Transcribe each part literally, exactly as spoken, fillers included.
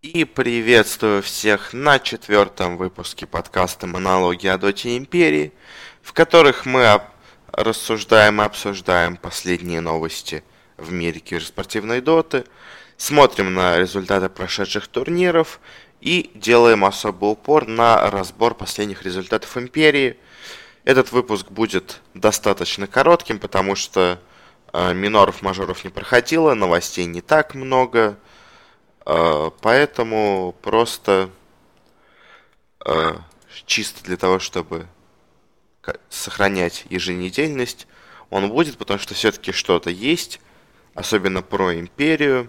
И приветствую всех на четвертом выпуске подкаста «Монологи о Доте Империи», в которых мы об- рассуждаем и обсуждаем последние новости в мире киберспортивной доты, смотрим на результаты прошедших турниров и делаем особый упор на разбор последних результатов Империи. Этот выпуск будет достаточно коротким, потому что э, миноров, мажоров не проходило, новостей не так много. Э, Поэтому просто э, чисто для того, чтобы ка- сохранять еженедельность, он будет, потому что все-таки что-то есть, особенно про Империю.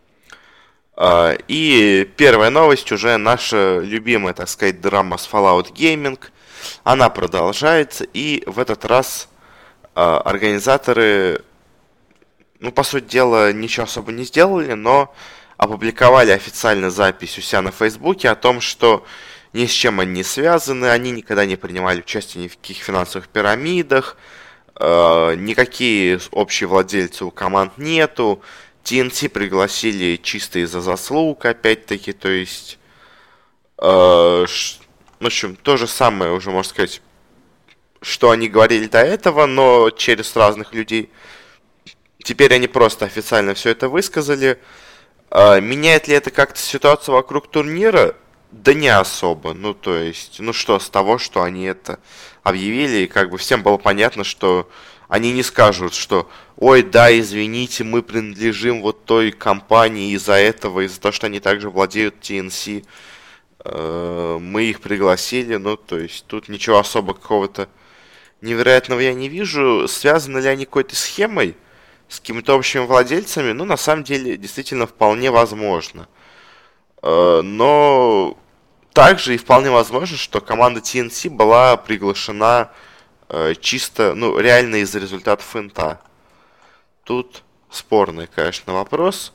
Э, И первая новость уже наша любимая, так сказать, драма с Fallout Gaming. Она продолжается, и в этот раз э, организаторы, ну, по сути дела, ничего особо не сделали, но опубликовали официально запись у себя на Фейсбуке о том, что ни с чем они не связаны, они никогда не принимали участие ни в каких финансовых пирамидах, э, никакие общие владельцы у команд нету, ти эн ти пригласили чисто из-за заслуг, опять-таки, то есть, э, ш- в общем, то же самое уже, можно сказать, что они говорили до этого, но через разных людей. Теперь они просто официально все это высказали. А, меняет ли это как-то ситуацию вокруг турнира? Да не особо. Ну, то есть, ну что с того, что они это объявили, и как бы всем было понятно, что они не скажут, что ой, да, извините, мы принадлежим вот той компании из-за этого, из-за того, что они также владеют ти эн си, э, мы их пригласили, ну, то есть, тут ничего особо какого-то невероятного я не вижу. Связаны ли они какой-то схемой с какими-то общими владельцами? Ну, на самом деле, действительно, вполне возможно. Э, Но также и вполне возможно, что команда ти эн си была приглашена э, чисто, ну, реально из-за результатов инта. Тут спорный, конечно, вопрос.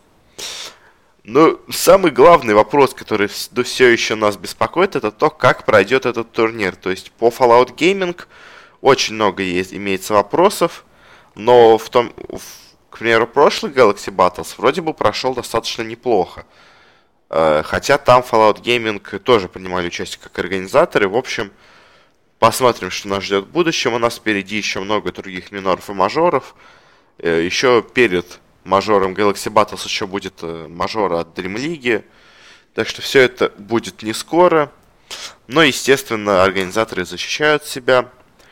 Но самый главный вопрос, который вс- до все еще нас беспокоит, это то, как пройдет этот турнир. То есть по Fallout Gaming очень много есть, имеется вопросов, но в том, в- к примеру, прошлый Galaxy Battles вроде бы прошел достаточно неплохо. Э, Хотя там Fallout Gaming тоже принимали участие как организаторы. В общем, посмотрим, что нас ждет в будущем. У нас впереди еще много других миноров и мажоров. Э, Еще перед мажором Galaxy Battles еще будет э, мажор от Dream League. Так что все это будет не скоро. Но, естественно, организаторы защищают себя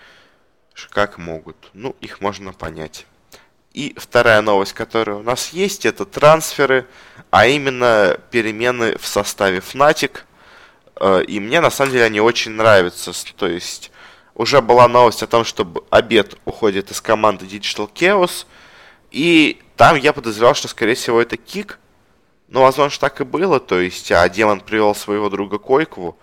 как могут. Ну, их можно понять. И вторая новость, которая у нас есть, это трансферы, а именно перемены в составе Fnatic. Э, И мне на самом деле они очень нравятся. С- То есть уже была новость о том, что Б- Обед уходит из команды Digital Chaos. И там я подозревал, что скорее всего это Кик. Но возможно так и было. То есть, а Демон привел своего друга Койкову.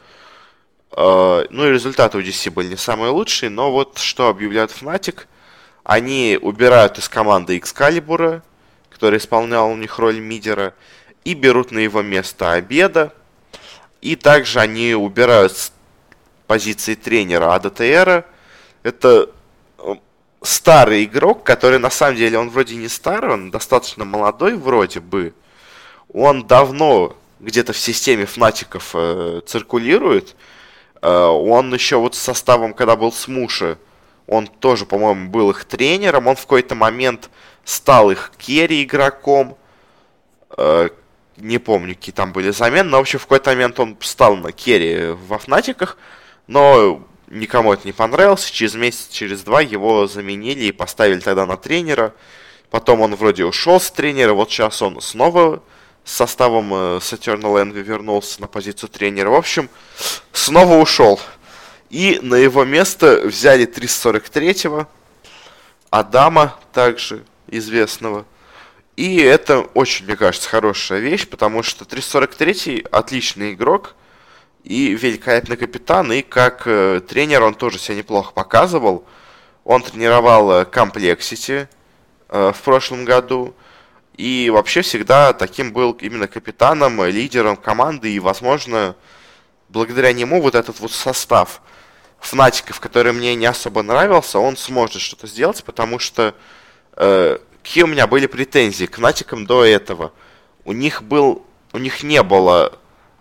Э, Ну и результаты у ди си были не самые лучшие. Но вот что объявляют Fnatic. Они убирают из команды Экскалибура, который исполнял у них роль мидера, и берут на его место Обеда. И также они убирают с позиции тренера АДТРа. Это э, старый игрок, который на самом деле, он вроде не старый, он достаточно молодой вроде бы. Он давно где-то в системе фнатиков э, циркулирует. Э, он еще вот с составом, когда был с Муши, он тоже, по-моему, был их тренером. Он в какой-то момент стал их керри игроком. Э, не помню, какие там были замены. Но, в общем, в какой-то момент он стал на керри во Фнатиках. Но никому это не понравилось. Через месяц, через два его заменили и поставили тогда на тренера. Потом он вроде ушел с тренера. Вот сейчас он снова с составом э, с Eternal Envy вернулся на позицию тренера. В общем, снова ушел. И на его место взяли триста сорок третьего Адама, также известного. И это очень, мне кажется, хорошая вещь, потому что триста сорок третий отличный игрок и великолепный капитан, и как э, тренер он тоже себя неплохо показывал. Он тренировал э, Complexity э, в прошлом году, и вообще всегда таким был именно капитаном, э, лидером команды, и, возможно, благодаря нему вот этот вот состав Фнатиков, который мне не особо нравился, он сможет что-то сделать, потому что э, какие у меня были претензии к Фнатикам до этого? У них был, у них не было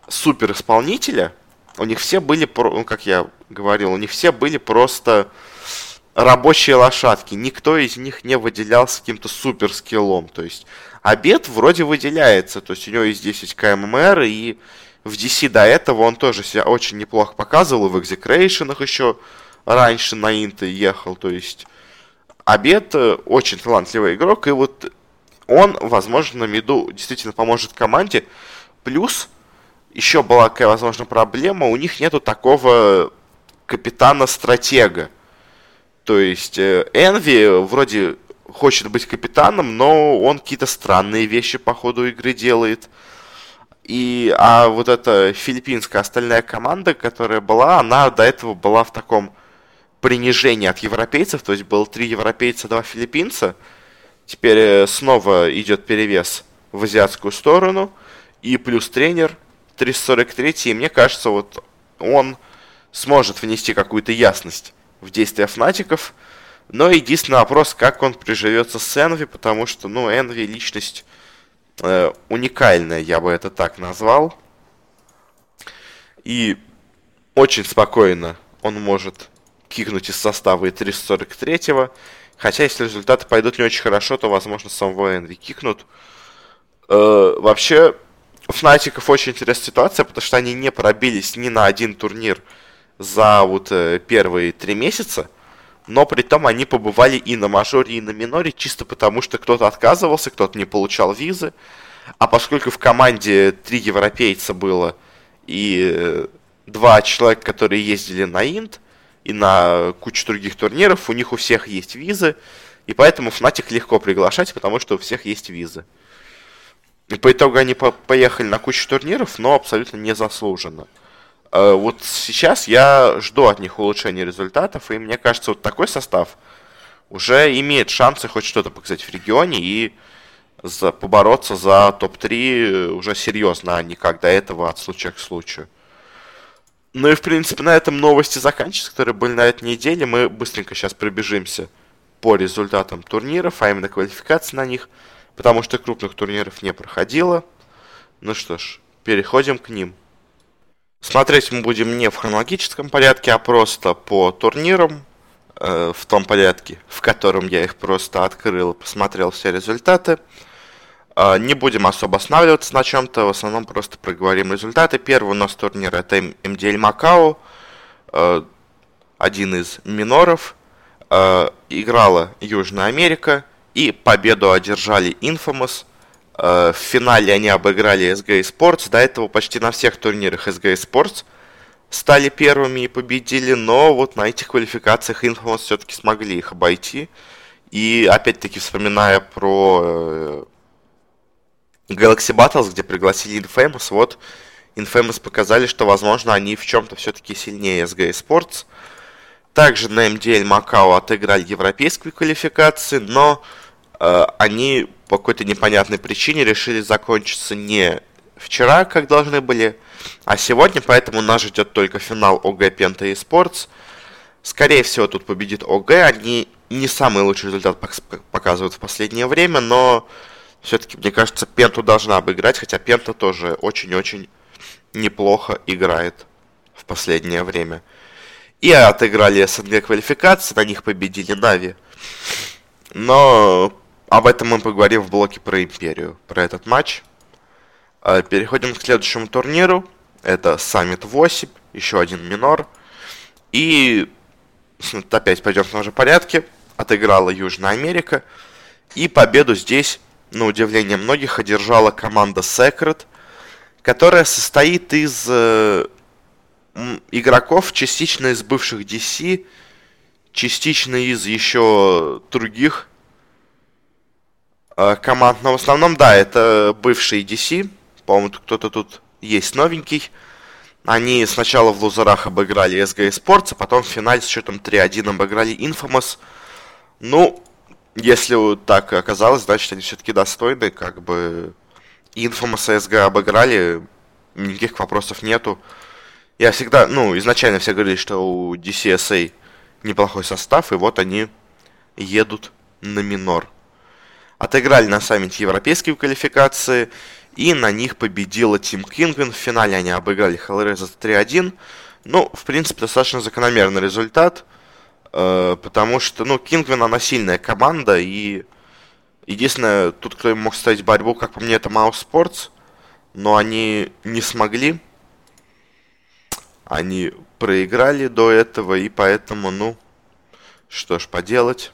супер исполнителя. У них все были, ну, как я говорил, у них все были просто рабочие лошадки. Никто из них не выделялся каким-то супер скиллом. То есть Обед вроде выделяется. То есть у него есть десять кмр, и в ди си до этого он тоже себя очень неплохо показывал. И в Execration'ах еще раньше на Инты ехал. То есть Обед очень талантливый игрок. И вот он, возможно, на миду действительно поможет команде. Плюс еще была какая, возможно, проблема. У них нету такого капитана-стратега. То есть Энви вроде хочет быть капитаном, но он какие-то странные вещи по ходу игры делает. И, а вот эта филиппинская остальная команда, которая была, она до этого была в таком принижении от европейцев. То есть было три европейца, два филиппинца. Теперь снова идет перевес в азиатскую сторону. И плюс тренер триста сорок три. И мне кажется, вот он сможет внести какую-то ясность в действия фнатиков. Но единственный вопрос, как он приживется с Энви, потому что, ну, Энви личность э, уникальная, я бы это так назвал. И очень спокойно он может кикнуть из состава и триста сорок третьего. Хотя, если результаты пойдут не очень хорошо, то, возможно, самого Энви кикнут. Э, вообще, у Фнатиков очень интересная ситуация, потому что они не пробились ни на один турнир за вот э, первые три месяца. Но при том они побывали и на мажоре, и на миноре, чисто потому, что кто-то отказывался, кто-то не получал визы. А поскольку в команде три европейца было и два человека, которые ездили на Инт и на кучу других турниров, у них у всех есть визы. И поэтому Fnatic легко приглашать, потому что у всех есть визы. И по итогу они по- поехали на кучу турниров, но абсолютно незаслуженно. Вот сейчас я жду от них улучшения результатов, и мне кажется, вот такой состав уже имеет шансы хоть что-то показать в регионе и за, побороться за топ три уже серьезно, а не как до этого от случая к случаю. Ну и, в принципе, на этом новости заканчиваются, которые были на этой неделе. Мы быстренько сейчас пробежимся по результатам турниров, а именно квалификации на них, потому что крупных турниров не проходило. Ну что ж, переходим к ним. Смотреть мы будем не в хронологическом порядке, а просто по турнирам, э, в том порядке, в котором я их просто открыл и посмотрел все результаты. Э, не будем особо останавливаться на чем-то, в основном просто проговорим результаты. Первый у нас турнир это эм ди эл Макао, э, один из миноров. Э, играла Южная Америка, и победу одержали Infamous. В финале они обыграли эс джи Sports. До этого почти на всех турнирах эс джи Sports стали первыми и победили. Но вот на этих квалификациях Infamous все-таки смогли их обойти. И опять-таки вспоминая про Galaxy Battles, где пригласили Infamous, вот Infamous показали, что возможно они в чем-то все-таки сильнее эс джи Sports. Также на эм ди эл Макао отыграли европейские квалификации, но э, они по какой-то непонятной причине решили закончиться не вчера, как должны были, а сегодня, поэтому нас ждет только финал о джи Penta eSports. Скорее всего, тут победит о джи. Они не самый лучший результат показывают в последнее время, но все-таки, мне кажется, Пенту должна обыграть, хотя Пента тоже очень-очень неплохо играет в последнее время. И отыграли эс эн джи квалификации, на них победили Нави. Но об этом мы поговорим в блоке про Империю, про этот матч. Переходим к следующему турниру. Это Summit восемь, еще один минор. И опять пойдем в том же порядке. Отыграла Южная Америка. И победу здесь, на удивление многих, одержала команда Secret, которая состоит из э, игроков, частично из бывших ди си, частично из еще других команд, но в основном, да, это бывшие ди си. По-моему, кто-то тут есть новенький. Они сначала в лузерах обыграли эс джи Sports, а потом в финале с счетом три один обыграли Infamous. Ну, если вот так оказалось, значит, они все-таки достойны. Как бы Infamous и эс джи обыграли, никаких вопросов нету. Я всегда, ну, изначально все говорили, что у ди си эс эй неплохой состав, и вот они едут на минор. Отыграли на саммите европейские квалификации. И на них победила Team Kinguin. В финале они обыграли Hellraiser три один. Ну, в принципе, достаточно закономерный результат. Э, потому что, ну, Kinguin, она сильная команда. И единственное, тут кто им мог ставить борьбу, как по мне, это Mouse Sports. Но они не смогли. Они проиграли до этого. И поэтому, ну, что ж поделать.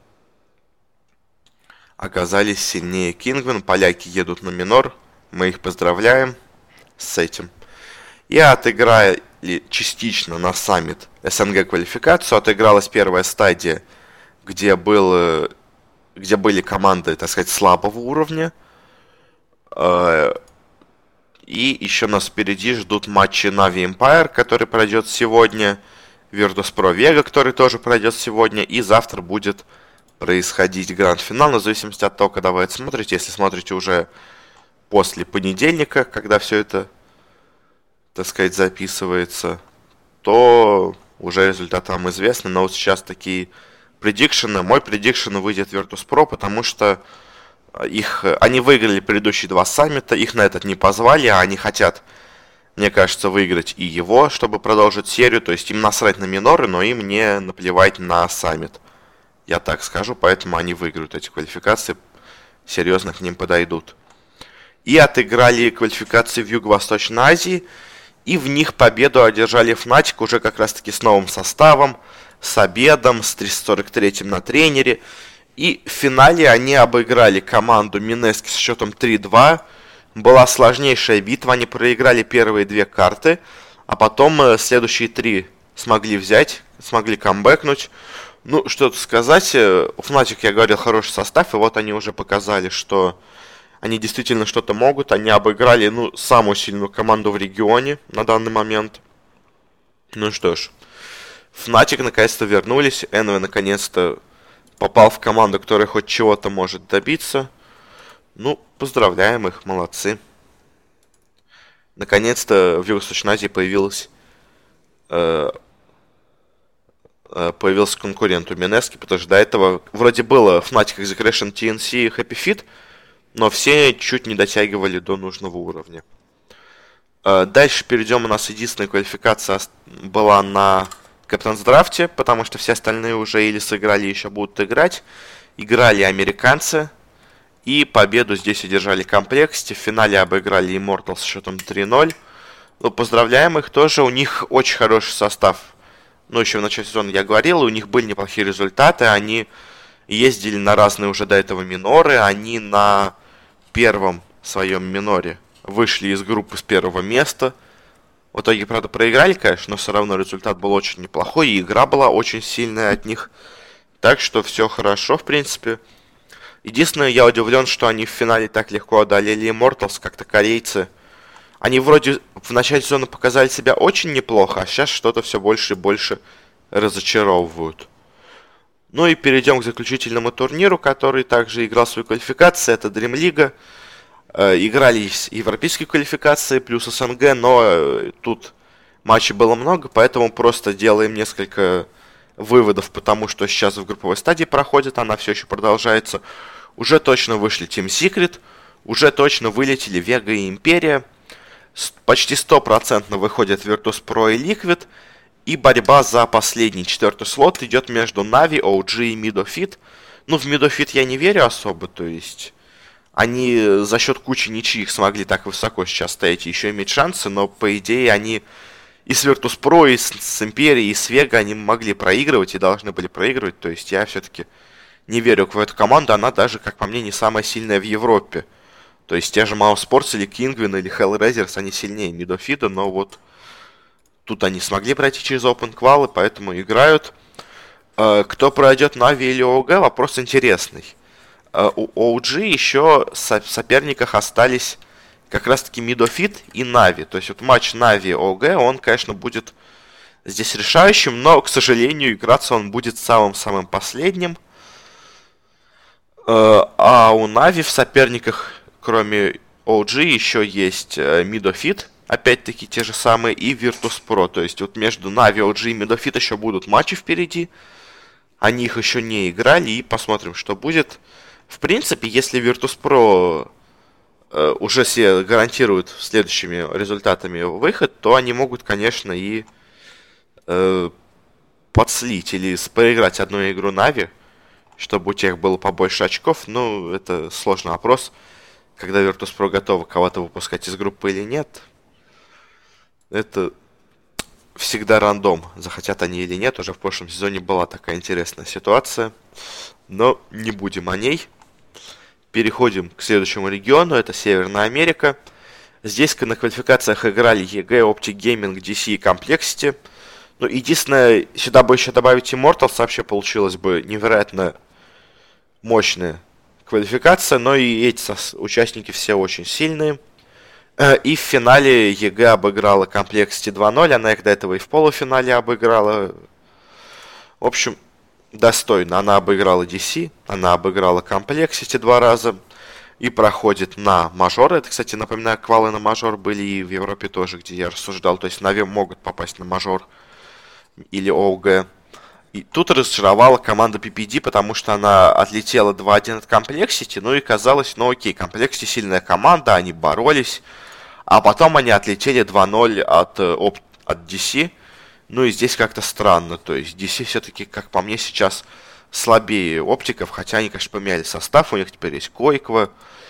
Оказались сильнее Kinguin. Поляки едут на минор. Мы их поздравляем с этим. И отыграли частично на саммит СНГ квалификацию. Отыгралась первая стадия, где, был, где были команды, так сказать, слабого уровня. И еще нас впереди ждут матчи Na'Vi Empire, который пройдет сегодня. Virtus.pro Vega, который тоже пройдет сегодня. И завтра будет происходить гранд-финал, но в зависимости от того, когда вы это смотрите. Если смотрите уже после понедельника, когда все это, так сказать, записывается, то уже результаты вам известны. Но вот сейчас такие предикшены. Мой предикшен выйдет Virtus.pro, потому что их, они выиграли предыдущие два саммита, их на этот не позвали, а они хотят, мне кажется, выиграть и его, чтобы продолжить серию. То есть им насрать на миноры, но им не наплевать на саммит. Я так скажу, поэтому они выиграют эти квалификации, серьезно к ним подойдут. И отыграли квалификации в Юго-Восточной Азии, и в них победу одержали Fnatic уже как раз-таки с новым составом, с Обедом, с триста сорок третьим на тренере. И в финале они обыграли команду Минески с счетом три два. Была сложнейшая битва, они проиграли первые две карты, а потом следующие три смогли взять, смогли камбэкнуть. Ну, что-то сказать, у Fnatic, я говорил, хороший состав, и вот они уже показали, что они действительно что-то могут. Они обыграли, ну, самую сильную команду в регионе на данный момент. Ну что ж, Fnatic наконец-то вернулись, Envy наконец-то попал в команду, которая хоть чего-то может добиться. Ну, поздравляем их, молодцы. Наконец-то в Юго-Восточной Азии появилась... Э- появился конкурент у Минески, потому что до этого вроде было Fnatic, Execration, ти эн си и Happy Feet, но все чуть не дотягивали до нужного уровня. Дальше перейдем, у нас единственная квалификация была на Captain's Draft, потому что все остальные уже или сыграли, еще будут играть. Играли американцы, и победу здесь одержали Complexity. В финале обыграли Immortals с счетом три ноль. Ну, поздравляем их тоже, у них очень хороший состав. Ну, еще в начале сезона я говорил, у них были неплохие результаты, они ездили на разные уже до этого миноры, они на первом своем миноре вышли из группы с первого места. В итоге, правда, проиграли, конечно, но все равно результат был очень неплохой, и игра была очень сильная от них. Так что все хорошо, в принципе. Единственное, я удивлен, что они в финале так легко одолели Immortals, как-то корейцы. Они вроде в начале сезона показали себя очень неплохо, а сейчас что-то все больше и больше разочаровывают. Ну и перейдем к заключительному турниру, который также играл свою квалификацию. Это Dream League. Э, игрались европейские квалификации плюс СНГ, но э, тут матчей было много, поэтому просто делаем несколько выводов, потому что сейчас в групповой стадии проходит, она все еще продолжается. Уже точно вышли Team Secret, уже точно вылетели Vega и Империя. Почти стопроцентно выходят Virtus.pro и Liquid. И борьба за последний четвертый слот идет между Na'Vi, о джи и Midofit. Ну, в Midofit я не верю особо, то есть они за счет кучи ничьих смогли так высоко сейчас стоять и еще иметь шансы, но по идее они и с Virtus.pro, и с, с Империей, и с Vega они могли проигрывать и должны были проигрывать. То есть я все-таки не верю в эту команду, она даже, как по мне, не самая сильная в Европе. То есть те же Mouse Sports или Kinguin или Hellraisers, они сильнее Midofit, но вот тут они смогли пройти через Open Qual, поэтому играют. Кто пройдет Na'Vi или о джи, вопрос интересный. У о джи еще в соперниках остались как раз-таки Midofit и Na'Vi. То есть вот матч Na'Vi-о джи, он, конечно, будет здесь решающим, но, к сожалению, играться он будет самым-самым последним. А у Na'Vi в соперниках, кроме о джи, еще есть Midofit, опять-таки те же самые, и Virtus.pro. То есть вот между Na'Vi, о джи и Midofit еще будут матчи впереди. Они их еще не играли, и посмотрим, что будет. В принципе, если Virtus.pro э, уже себе гарантируют следующими результатами выход, то они могут, конечно, и э, подслить или с- проиграть одну игру Нави, чтобы у тех было побольше очков. Ну, это сложный вопрос, когда Virtus.pro готова кого-то выпускать из группы или нет. Это всегда рандом, захотят они или нет. Уже в прошлом сезоне была такая интересная ситуация. Но не будем о ней. Переходим к следующему региону. Это Северная Америка. Здесь на квалификациях играли и джи, Optic Gaming, ди си и Complexity. Ну, единственное, сюда бы еще добавить Immortals, вообще получилось бы невероятно мощная квалификация. Но и эти сос- участники все очень сильные. Э, И в финале и джи обыграла Complexity два ноль. Она их до этого и в полуфинале обыграла. В общем, достойно. Она обыграла ди си, она обыграла Complexity два раза и проходит на мажор. Это, кстати, напоминаю, квалы на мажор были и в Европе тоже, где я рассуждал. То есть Нави могут попасть на мажор или ОУГ. И тут разочаровала команда пи пи ди, потому что она отлетела два один от Complexity. Ну и казалось, ну окей, Complexity сильная команда, они боролись. А потом они отлетели два ноль от, э, оп- от ди си. Ну и здесь как-то странно. То есть ди си все-таки, как по мне, сейчас слабее оптиков. Хотя они, конечно, поменяли состав. У них теперь есть Койква.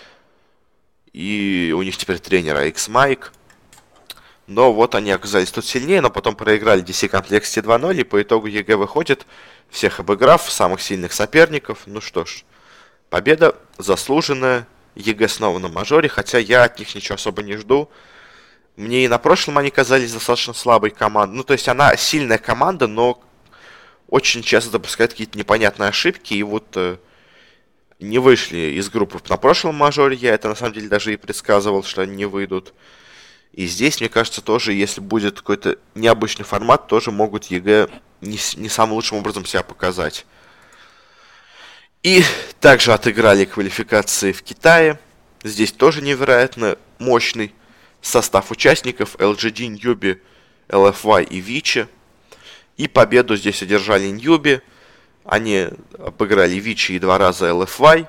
И у них теперь тренер X Mike. Но вот они оказались тут сильнее. Но потом проиграли ди си Complexity два ноль. И по итогу и джи выходит, всех обыграв, самых сильных соперников. Ну что ж, победа заслуженная. и джи снова на мажоре. Хотя я от них ничего особо не жду. Мне и на прошлом они казались достаточно слабой командой. Ну, то есть она сильная команда, но очень часто допускает какие-то непонятные ошибки. И вот э, не вышли из группы на прошлом мажоре. Я это на самом деле даже и предсказывал, что они не выйдут. И здесь, мне кажется, тоже, если будет какой-то необычный формат, тоже могут и джи не, с- не самым лучшим образом себя показать. И также отыграли квалификации в Китае. Здесь тоже невероятно мощный состав участников: эл джи ди, Ньюби, эл эф вай и Вичи. И победу здесь одержали Ньюби. Они обыграли Вичи и два раза эл эф вай.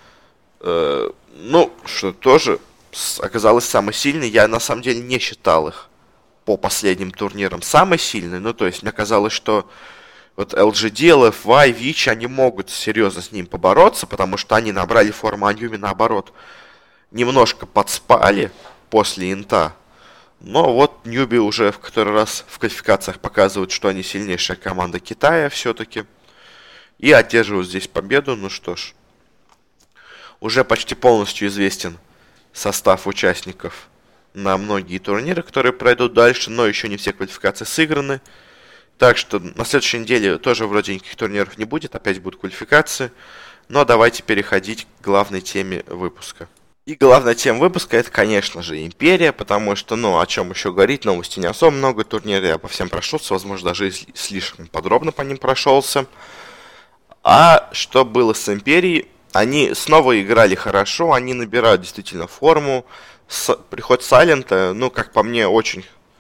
Э, ну, что тоже с- оказалось самой сильной. Я на самом деле не считал их по последним турнирам самой сильной. Ну, то есть мне казалось, что вот эл джи ди, эл эф вай, Вичи, они могут серьезно с ним побороться, потому что они набрали форму, а Ньюби, наоборот, немножко подспали после инта. Но вот Ньюби уже в который раз в квалификациях показывают, что они сильнейшая команда Китая все-таки. И одерживают здесь победу. Ну что ж, уже почти полностью известен состав участников на многие турниры, которые пройдут дальше, но еще не все квалификации сыграны. Так что на следующей неделе тоже вроде никаких турниров не будет, опять будут квалификации. Но давайте переходить к главной теме выпуска. И главная тема выпуска — это, конечно же, Империя, потому что, ну, о чем еще говорить, новостей не особо много, турниры я по всем прошелся, возможно, даже и сли- слишком подробно по ним прошелся. А что было с Империей? Они снова играли хорошо, они набирают действительно форму. С- приход Сайлента, ну, как по мне, очень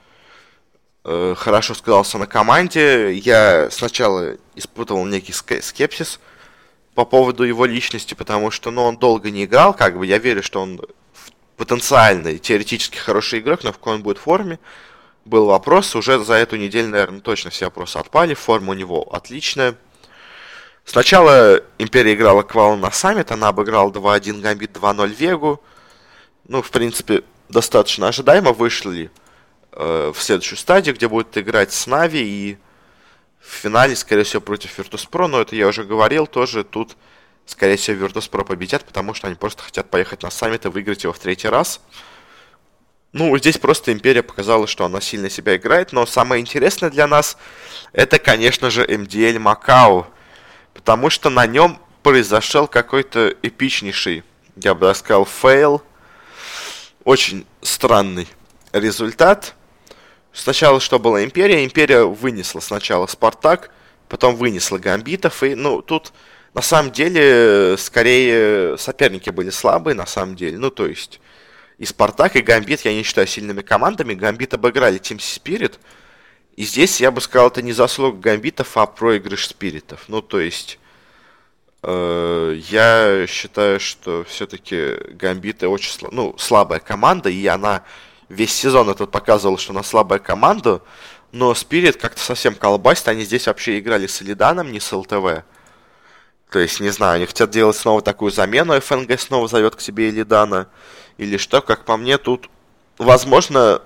э, хорошо сказался на команде. Я сначала испытывал некий ска- скепсис по поводу его личности, потому что, ну, он долго не играл, как бы, я верю, что он потенциальный, теоретически хороший игрок, но в какой он будет форме, был вопрос. Уже за эту неделю, наверное, точно все вопросы отпали, форма у него отличная. Сначала Империя играла квал на Саммит, она обыграла два один Гамбит, два ноль Вегу. Ну, в принципе, достаточно ожидаемо. Вышли э, в следующую стадию, где будут играть с Нави, и в финале, скорее всего, против Virtus.pro, но это я уже говорил, тоже тут, скорее всего, Virtus.pro победят, потому что они просто хотят поехать на саммит и выиграть его в третий раз. Ну, здесь просто Империя показала, что она сильно себя играет, но самое интересное для нас, это, конечно же, эм ди эл Макао, потому что на нем произошел какой-то эпичнейший, я бы даже сказал, фейл, очень странный результат. Сначала что была Империя? Империя вынесла сначала Спартак, потом вынесла Гамбитов. И, ну, тут на самом деле скорее соперники были слабые, на самом деле. Ну, то есть и Спартак, и Гамбит я не считаю сильными командами. Гамбит обыграли Team Spirit. И здесь я бы сказал, это не заслуга Гамбитов, а проигрыш Спиритов. Ну, то есть Э, Я считаю, что все-таки Гамбиты очень сла- ну, слабая команда, и она весь сезон этот показывала, что она слабая команда, но Спирит как-то совсем колбасит, они здесь вообще играли с Илиданом, не с ЛТВ. То есть, не знаю, они хотят делать снова такую замену, ФНГ снова зовет к себе Илидана, или что, как по мне, тут, возможно,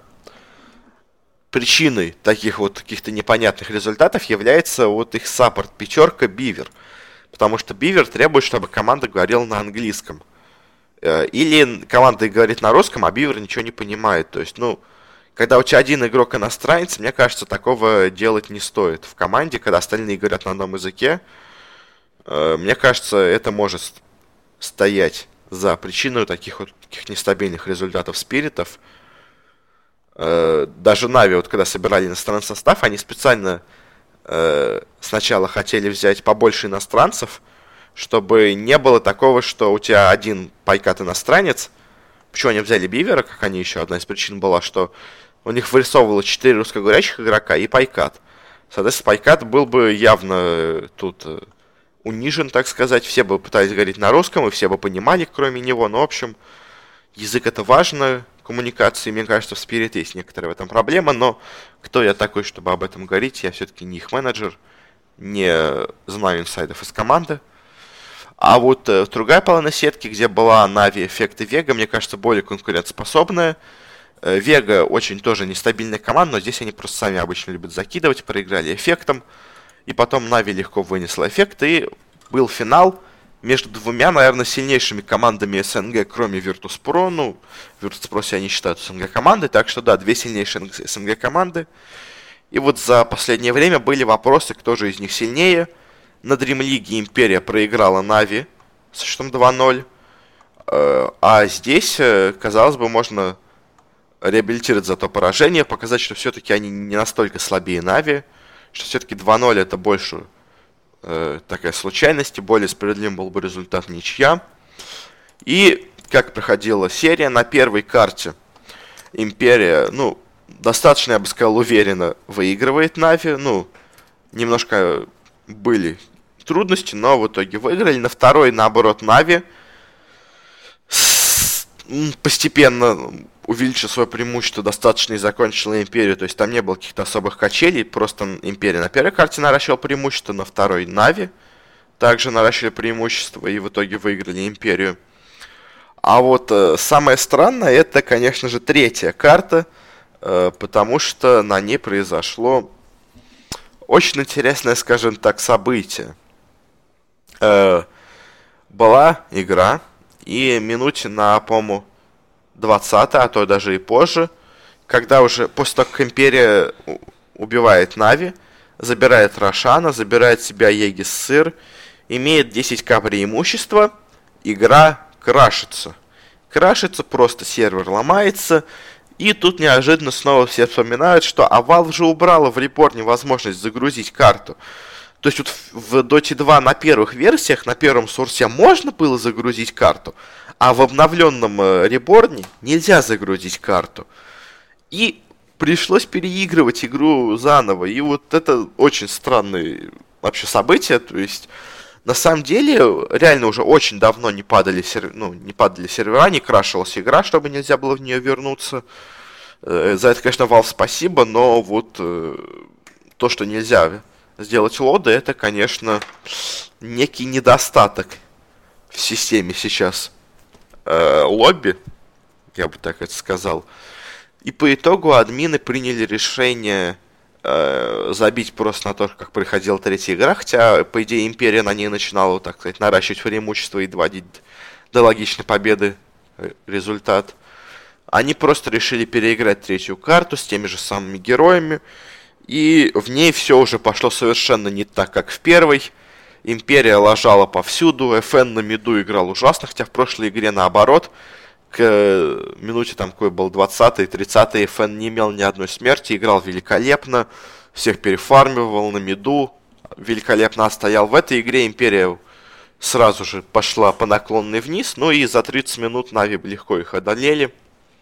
причиной таких вот каких-то непонятных результатов является вот их саппорт, пятерка Бивер. Потому что Бивер требует, чтобы команда говорила на английском. Э, Или команда говорит на русском, а Бивер ничего не понимает. То есть, ну, когда у тебя один игрок иностранец, мне кажется, такого делать не стоит в команде, когда остальные говорят на одном языке. Э, Мне кажется, это может стоять за причиной таких вот таких нестабильных результатов спиритов. Э, Даже Нави, вот когда собирали иностранный состав, они специально э, сначала хотели взять побольше иностранцев, чтобы не было такого, что у тебя один пайкат иностранец. Почему они взяли Бивера, как они еще, одна из причин была, что у них вырисовывало четыре русскоговорящих игрока и пайкат. Соответственно, пайкат был бы явно э, тут э, унижен, так сказать. Все бы пытались говорить на русском, и все бы понимали, кроме него. Но, в общем, язык это важно, коммуникации, мне кажется, в Spirit есть некоторая в этом проблема, но кто я такой, чтобы об этом говорить? Я все-таки не их менеджер, не знаю инсайдов из команды. А вот э, другая половина сетки, где была Нави, Эффект и Вега, мне кажется, более конкурентоспособная. Э, Вега очень тоже нестабильная команда, но здесь они просто сами обычно любят закидывать, проиграли Эффектом. И потом Нави легко вынесла Эффект, и был финал между двумя, наверное, сильнейшими командами СНГ, кроме Virtus.pro. Ну, Virtus.pro себя не считают СНГ командой, так что да, две сильнейшие СНГ команды. И вот за последнее время были вопросы, кто же из них сильнее. На Dream League Империя проиграла Нави со счетом два ноль. А здесь, казалось бы, можно реабилитировать за то поражение, показать, что все-таки они не настолько слабее Нави, что все-таки два ноль это больше э, такая случайность, и более справедливым был бы результат ничья. И как проходила серия, на первой карте Империя, ну, достаточно, я бы сказал, уверенно выигрывает Нави. Ну, немножко были трудности, но в итоге выиграли. На второй, наоборот, Нави постепенно увеличил свое преимущество достаточно и закончила Империю. То есть там не было каких-то особых качелей. Просто Империя на первой карте наращивала преимущество, на второй Нави также наращивали преимущество и в итоге выиграли Империю. А вот э, самое странное, это, конечно же, третья карта, э, потому что на ней произошло очень интересное, скажем так, событие. Э, была игра, и минуте на, по-моему, двадцатой, а то даже и позже, когда уже после того, как Империя убивает Нави, забирает Рошана, забирает себя Егис Сыр, имеет десять ка преимущества, игра крашится. Крашится, просто сервер ломается, и тут неожиданно снова все вспоминают, что а Valve же убрала в репорте возможность загрузить карту. То есть вот в Доте два на первых версиях, на первом сорсе можно было загрузить карту, а в обновленном э, реборне нельзя загрузить карту. И пришлось переигрывать игру заново. И вот это очень странное вообще событие. То есть, на самом деле, реально уже очень давно не падали, серв... ну, не падали сервера, не крашилась игра, чтобы нельзя было в нее вернуться. Э, за это, конечно, Valve спасибо, но вот э, то, что нельзя сделать лоды, это, конечно, некий недостаток в системе сейчас э, лобби, я бы так это сказал. И по итогу админы приняли решение э, забить просто на то, как проходила третья игра, хотя, по идее, Империя на ней начинала, так сказать, наращивать преимущество и доводить до логичной победы результат. Они просто решили переиграть третью карту с теми же самыми героями, и в ней все уже пошло совершенно не так, как в первой. Империя лажала повсюду, эф эн на миду играл ужасно, хотя в прошлой игре наоборот. К минуте там какой был двадцатой, тридцатой, эф эн не имел ни одной смерти, играл великолепно, всех перефармивал на миду, великолепно стоял. В этой игре Империя сразу же пошла по наклонной вниз, ну и за тридцать минут Нави легко их одолели.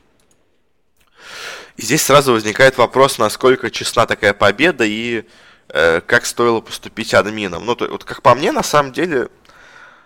И здесь сразу возникает вопрос, насколько честна такая победа и э, как стоило поступить админам. Ну, то, вот как по мне, на самом деле,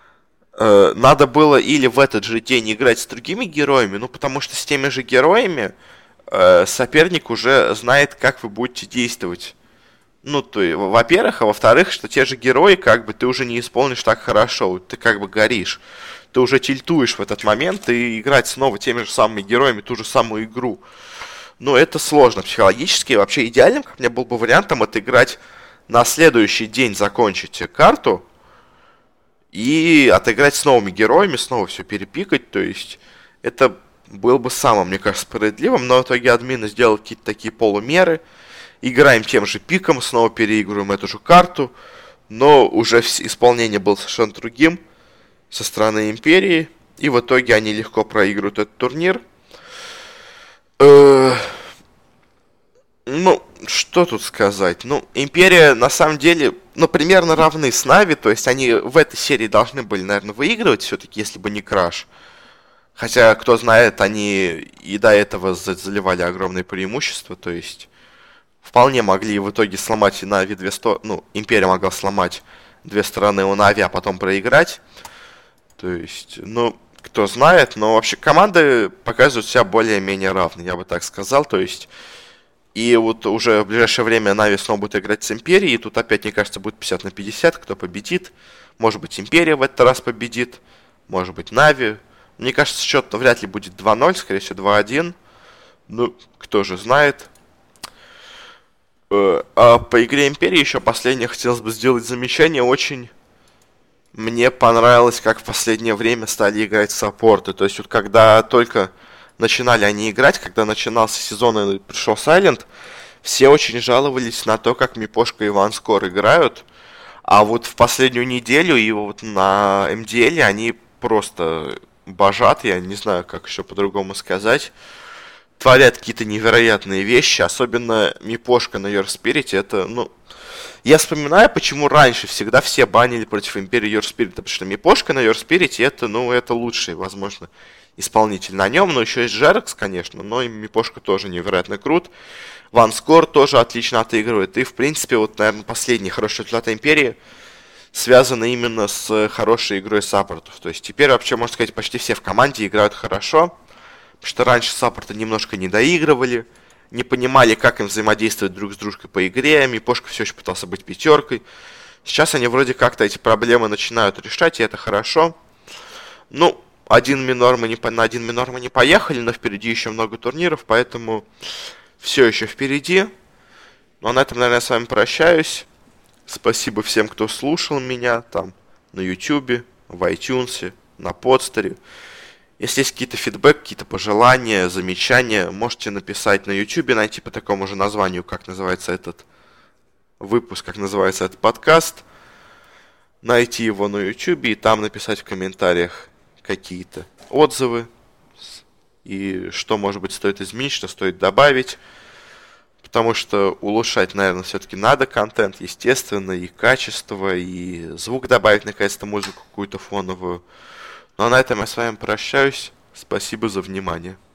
э, надо было или в этот же день играть с другими героями, ну потому что с теми же героями э, соперник уже знает, как вы будете действовать. Ну, то есть, во-первых, а во-вторых, что те же герои, как бы, ты уже не исполнишь так хорошо, ты как бы горишь. Ты уже тильтуешь в этот момент, и играть снова теми же самыми героями ту же самую игру. Ну, это сложно психологически. Вообще, идеальным, как мне был бы вариантом, это играть на следующий день, закончить карту, и отыграть с новыми героями, снова все перепикать, то есть, это было бы самым, мне кажется, справедливым, но в итоге админы сделали какие-то такие полумеры, играем тем же пиком, снова переигрываем эту же карту, но уже исполнение было совершенно другим со стороны Империи, и в итоге они легко проигрывают этот турнир. Э, ну, что тут сказать? Ну, Империя на самом деле, ну, примерно равны с Нави, то есть они в этой серии должны были, наверное, выигрывать все-таки, если бы не Краш. Хотя, кто знает, они и до этого заливали огромные преимущества, то есть вполне могли в итоге сломать и Нави две стороны, ну, Империя могла сломать две стороны у Нави, а потом проиграть. То есть, ну, кто знает, но вообще команды показывают себя более-менее равны, я бы так сказал, то есть. И вот уже в ближайшее время Нави снова будет играть с Империей, и тут опять, мне кажется, будет пятьдесят на пятьдесят, кто победит. Может быть, Империя в этот раз победит, может быть, Нави. Мне кажется, счет вряд ли будет два ноль, скорее всего, два один. Ну, кто же знает. А по игре Империи еще последнее хотелось бы сделать замечание. Очень мне понравилось, как в последнее время стали играть саппорты. То есть вот когда только начинали они играть, когда начинался сезон и пришел Сайлент, все очень жаловались на то, как Мипошка и Ванскор играют. А вот в последнюю неделю и вот на эм ди эл они просто божат, я не знаю, как еще по-другому сказать. Творят какие-то невероятные вещи, особенно Мипошка на Your Spirit, это, ну... Я вспоминаю, почему раньше всегда все банили против Империи Your Spirit, потому что Мипошка на Your Spirit, это, ну, это лучший, возможно, исполнитель на нем, но еще есть Джерекс, конечно, но и Мипошка тоже невероятно крут. Ванскор тоже отлично отыгрывает, и, в принципе, вот, наверное, последний хороший результат Империи связаны именно с хорошей игрой саппортов. То есть теперь вообще, можно сказать, почти все в команде играют хорошо, потому что раньше саппорты немножко не доигрывали, не понимали, как им взаимодействовать друг с дружкой по игре, Мипошка все еще пытался быть пятеркой. Сейчас они вроде как-то эти проблемы начинают решать, и это хорошо. Ну, один минор мы не, на один минор мы не поехали, но впереди еще много турниров, поэтому все еще впереди. Ну, а на этом, наверное, я с вами прощаюсь. Спасибо всем, кто слушал меня там на YouTube, в iTunes, на подстере. Если есть какие-то фидбэк, какие-то пожелания, замечания, можете написать на YouTube, найти по такому же названию, как называется этот выпуск, как называется этот подкаст. Найти его на YouTube и там написать в комментариях какие-то отзывы. И что, может быть, стоит изменить, что стоит добавить. Потому что улучшать, наверное, все-таки надо контент, естественно, и качество, и звук добавить, наконец-то, музыку какую-то фоновую. Ну а на этом я с вами прощаюсь. Спасибо за внимание.